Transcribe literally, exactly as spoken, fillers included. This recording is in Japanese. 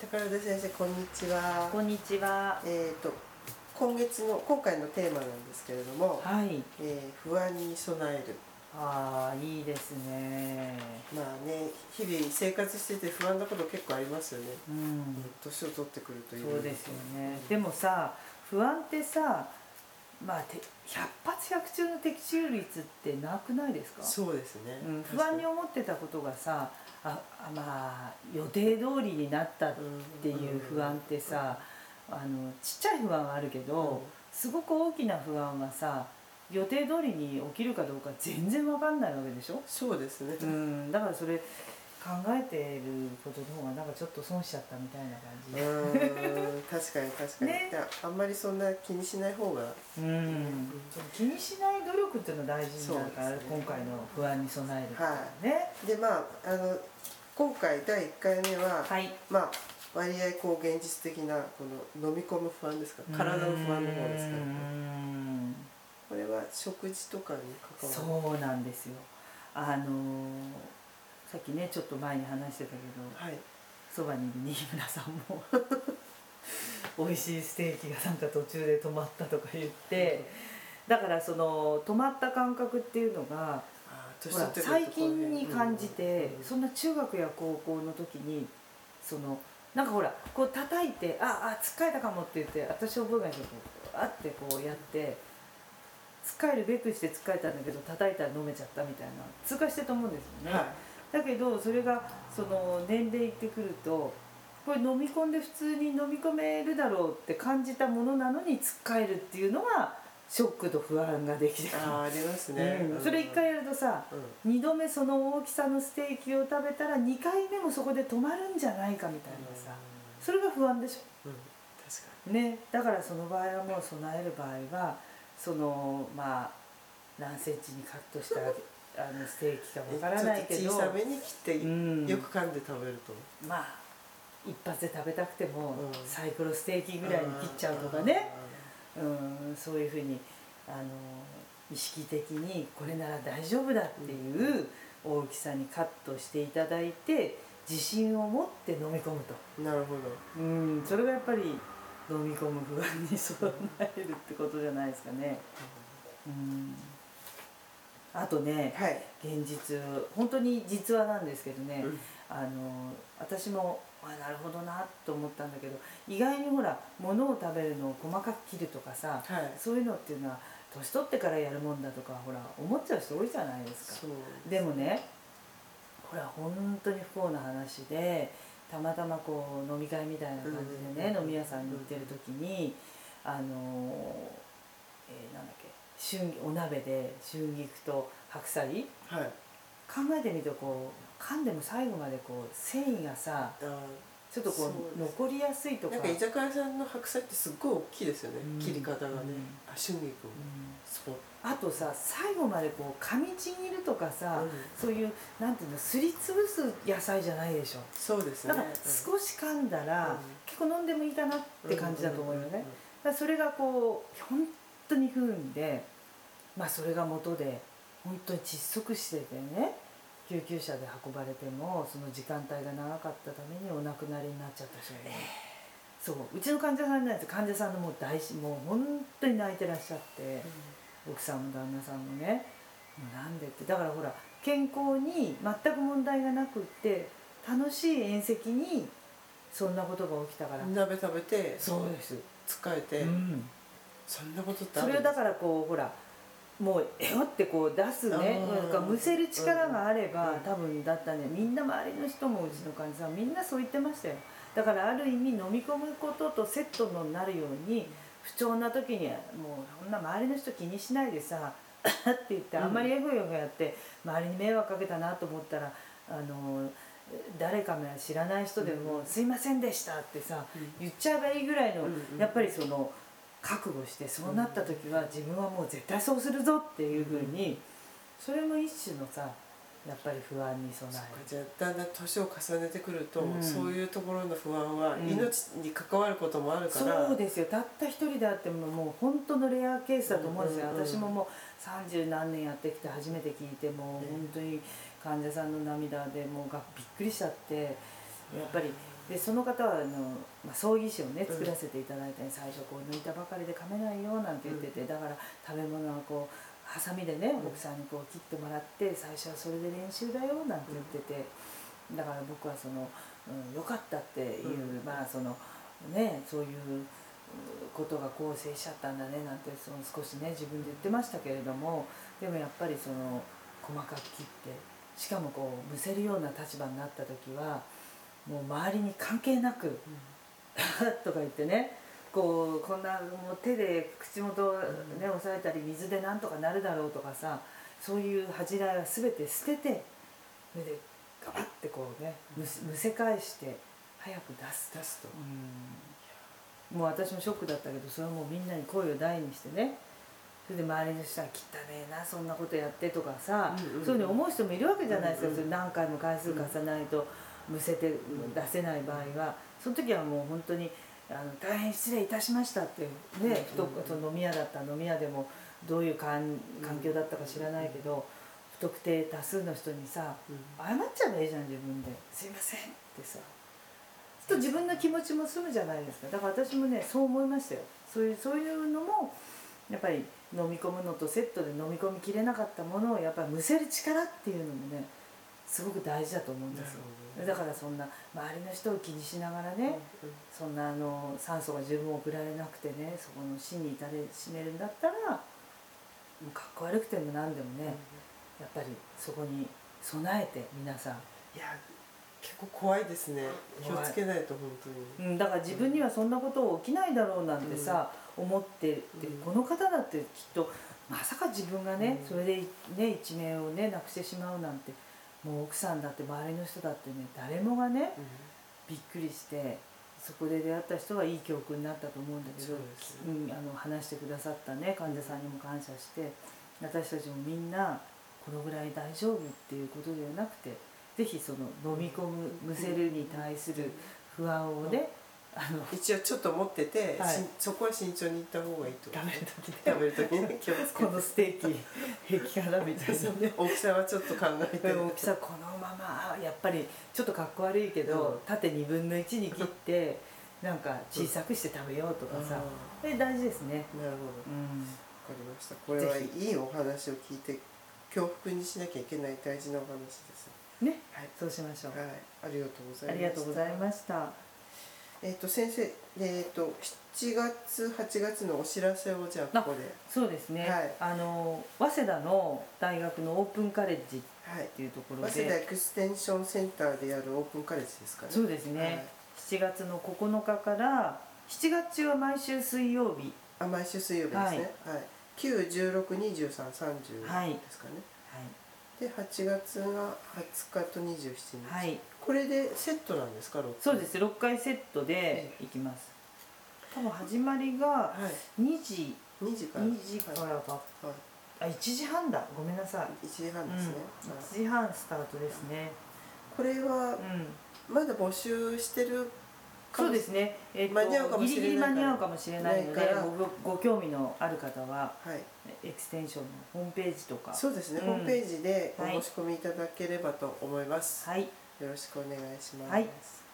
宝田先生、こんにちは。 こんにちは。 えっと今月の今回のテーマなんですけれども、 はい。 えー不安に備える。 ああ、いいですね。 まあね、日々生活してて不安なこと結構ありますよね。 うん。 年を取ってくるという。 そうですよね。でもさ、不安ってさ、まあて百発百中の的中率ってなくないですか？ そうですね。 うん、不安に思ってたことがさ、あ、あまあ予定通りになったっていう不安ってさ、あのちっちゃい不安はあるけど、 うんすごく大きな不安はさ、予定通りに起きるかどうか全然わかんないわけでしょ。 そうですね。 うん、だからそれ考えてることの方がなんかちょっと損しちゃったみたいな感じで。 うん、確かに確かに。 ね、 あんまりそんな気にしない方が。 うん、気にしない努力っていうのが大事になるから、 そうですね、 今回の不安に備えるっていうのはね。 い。でまああの今回だいいっかいめは、 はい、 まあ割合こう現実的なこの飲み込む不安ですか、体の不安の方ですか、ね、これは食事とかに関わる。 そうなんですよ。あのー、さっきねちょっと前に話してたけど、 はい、 そばにいる新村さんも美味しいステーキがなんか途中で止まったとか言って、だからその止まった感覚っていうのがほら最近に感じて、そんな中学や高校の時にそのなんかほらこう叩いて「ああつっかえたかも」って言って、私覚えがないけどあってこうやってつっかえるべくしてつっかえたんだけど叩いたら飲めちゃったみたいな通過してると思うんですよね。はい、だけどそれがその年齢いってくるとこれ飲み込んで普通に飲み込めるだろうって感じたものなのにつっかえるっていうのがショックと不安ができてくる。 あ、ありますね、 うん、それいっかいやるとさ、うん、にどめその大きさのステーキを食べたらにかいめもそこで止まるんじゃないかみたいなさ、うん、それが不安でしょ、うん、確かにね。だからその場合はもう備える場合はそのまあ何センチにカットしたあのステーキかわからないけど小さめに切って、うん、よく噛んで食べるとまあ一発で食べたくても、うん、サイコロステーキぐらいに切っちゃうとかね、うん、そういうふうにあの意識的にこれなら大丈夫だっていう大きさにカットしていただいて自信を持って飲み込むと。 なるほど、 うん、それがやっぱり飲み込む不安に備えるってことじゃないですかね。うん、あとね、はい、現実本当に実話なんですけどね、うん、あの私もあなるほどなと思ったんだけど、意外にほら物を食べるのを細かく切るとかさ、はい、そういうのっていうのは年取ってからやるもんだとかほら思っちゃう人多いじゃないですか。でもね、これは本当に不幸な話で、たまたまこう飲み会みたいな感じでね、飲み屋さんに行ってる時にあの、えー、なんだっけ春お鍋で春菊と白菜、はい、考えてみるとこう噛んでも最後までこう繊維がさちょっとこう残りやすいとか。 なんか居酒屋さんの白菜ってすっごい大きいですよね、うん、切り方がね、うん、あ春菊も、うん、 そうあとさ最後までこう噛みちぎるとかさ、うん、そういうなんていうのすりつぶす野菜じゃないでしょ。 そうですね。 だから少し噛んだら、うん、結構飲んでもいいかなって感じだと思うよね。だからそれがこう本当に不運で、まあそれが元で本当に窒息しててね、救急車で運ばれてもその時間帯が長かったためにお亡くなりになっちゃった人がいる。そううちの患者さんなんです。患者さんのもう大事もう本当に泣いてらっしゃって、うん、奥さんも旦那さんもね、もうなんでってだからほら健康に全く問題がなくって楽しい宴席にそんなことが起きたから鍋食べてそうです疲れて、うん、そんなことってあるんですか。 それをだからこうほらもうえよってこう出すね、なんかむせる力があれば、うん、多分だったね。みんな周りの人もうちの患者さんみんなそう言ってましたよ。だからある意味飲み込むこととセットになるように、不調な時にはもうそんな周りの人気にしないでさって言ってあんまりエゴエゴやって周りに迷惑かけたなと思ったら、あの誰かも知らない人でも「すいませんでした」ってさ言っちゃえばいいぐらいのやっぱりその覚悟して、そうなった時は自分はもう絶対そうするぞっていうふうに、それも一種のさやっぱり不安に備える。 じゃあだんだん年を重ねてくると、うん、そういうところの不安は命に関わることもあるから、 うん、そうですよ。たった一人であってももう本当のレアケースだと思うんですよ。私ももうさんじゅうなんねんやってきて初めて聞いて、もう本当に患者さんの涙でもうがびっくりしちゃって、 やっぱりでその方はあの、まあ、葬儀師をね作らせていただいたり、最初こう抜いたばかりで噛めないよなんて言ってて、だから食べ物はこうハサミでね奥さんにこう切ってもらって最初はそれで練習だよなんて言ってて、だから僕はその、うん、よかったっていう、まあそのねそういうことが構成しちゃったんだねなんてその少しね自分で言ってましたけれども、でもやっぱりその細かく切ってしかもこうむせるような立場になった時はもう周りに関係なく「うん、とか言ってねこうこんなもう手で口元をね押さえたり水でなんとかなるだろうとかさ、そういう恥じらいは全て捨ててそれでガバッてこうねむせ返して早く出す出すと、 うん、もう私もショックだったけどそれはもうみんなに声を大にしてね、それで周りの人は「汚ねえなそんなことやって」とかさ、そういうふうに思う人もいるわけじゃないですか、それ何回も回数重ねないとむせて出せない場合は、その時はもう本当にあの大変失礼いたしましたってね、ふとその飲み屋だったら飲み屋でもどういう環境だったか知らないけど、不特定多数の人にさ謝っちゃえばいいじゃん自分で「すいません」ってさ、と自分の気持ちも済むじゃないですか。だから私もねそう思いましたよ。そういうそういうのもやっぱり飲み込むのとセットで飲み込みきれなかったものをやっぱりむせる力っていうのもねすごく大事だと思うんですよ。だからそんな周りの人を気にしながらね、そんなあの酸素が十分送られなくてねそこの死に至れしめるんだったらもうかっこ悪くても何でもね、やっぱりそこに備えて皆さん。 いや結構怖いですね。気をつけないと本当に、 うん、だから自分にはそんなこと起きないだろうなんてさ、うん、思ってて、この方だってきっとまさか自分がね、うん、それでね一命をねなくしてしまうなんて、もう奥さんだって周りの人だってね誰もがね、うん、びっくりして、そこで出会った人はいい教訓になったと思うんだけど、うん、あの話してくださったね患者さんにも感謝して、私たちもみんなこのぐらい大丈夫っていうことではなくて、ぜひその飲み込むむせるに対する不安をね、あの一応ちょっと持ってて、はい、そこは慎重に行った方がいいと。 食べる時食べる時に気をつけてこのステーキ平気かなみたいなね大きさはちょっと考えて大きさこのままやっぱりちょっとかっこ悪いけど、うん、縦にぶんのいちに切ってなんか小さくして食べようとかさ、うん、大事ですね。 なるほど、うん、分かりました。これはいいお話を聞いて恐怖にしなきゃいけない大事なお話ですね、はい、そうしましょう。 はい、ありがとうございました。 ありがとうございました。 えっ、と先生、えっ、ー、としちがつはちがつのお知らせをじゃあここで。 そうですね。はい、あの早稲田の大学のオープンカレッジっていうところで、はい、 早稲田エクステンションセンターであるオープンカレッジですかね。 そうですね。はい、しちがつのここのかからしちがつ中は毎週水曜日。 あ、毎週水曜日ですね。はい。はい、きゅう、じゅうろく、にじゅうさん、さんじゅうですかね。はい。はいではちがつがはつかとにじゅうしちにち、はい、これでセットなんですか？ろっかい。 そうです、ろっかいセットで行きます。多分始まりがにじ、 はい、にじからにじからが、はい、あいちじはんだ、ごめんなさい。 いちじはんですね、 うん、いちじはんスタートですね。 これはまだ募集してるかも。 そうですね、えー、と間に合うかもしれない、ギリギリ間に合うかもしれないので、ご, ご興味のある方は、はい、エクステンションのホームページとか、 そうですね、うん、ホームページでお申し込みいただければと思います。はい、よろしくお願いします。はい。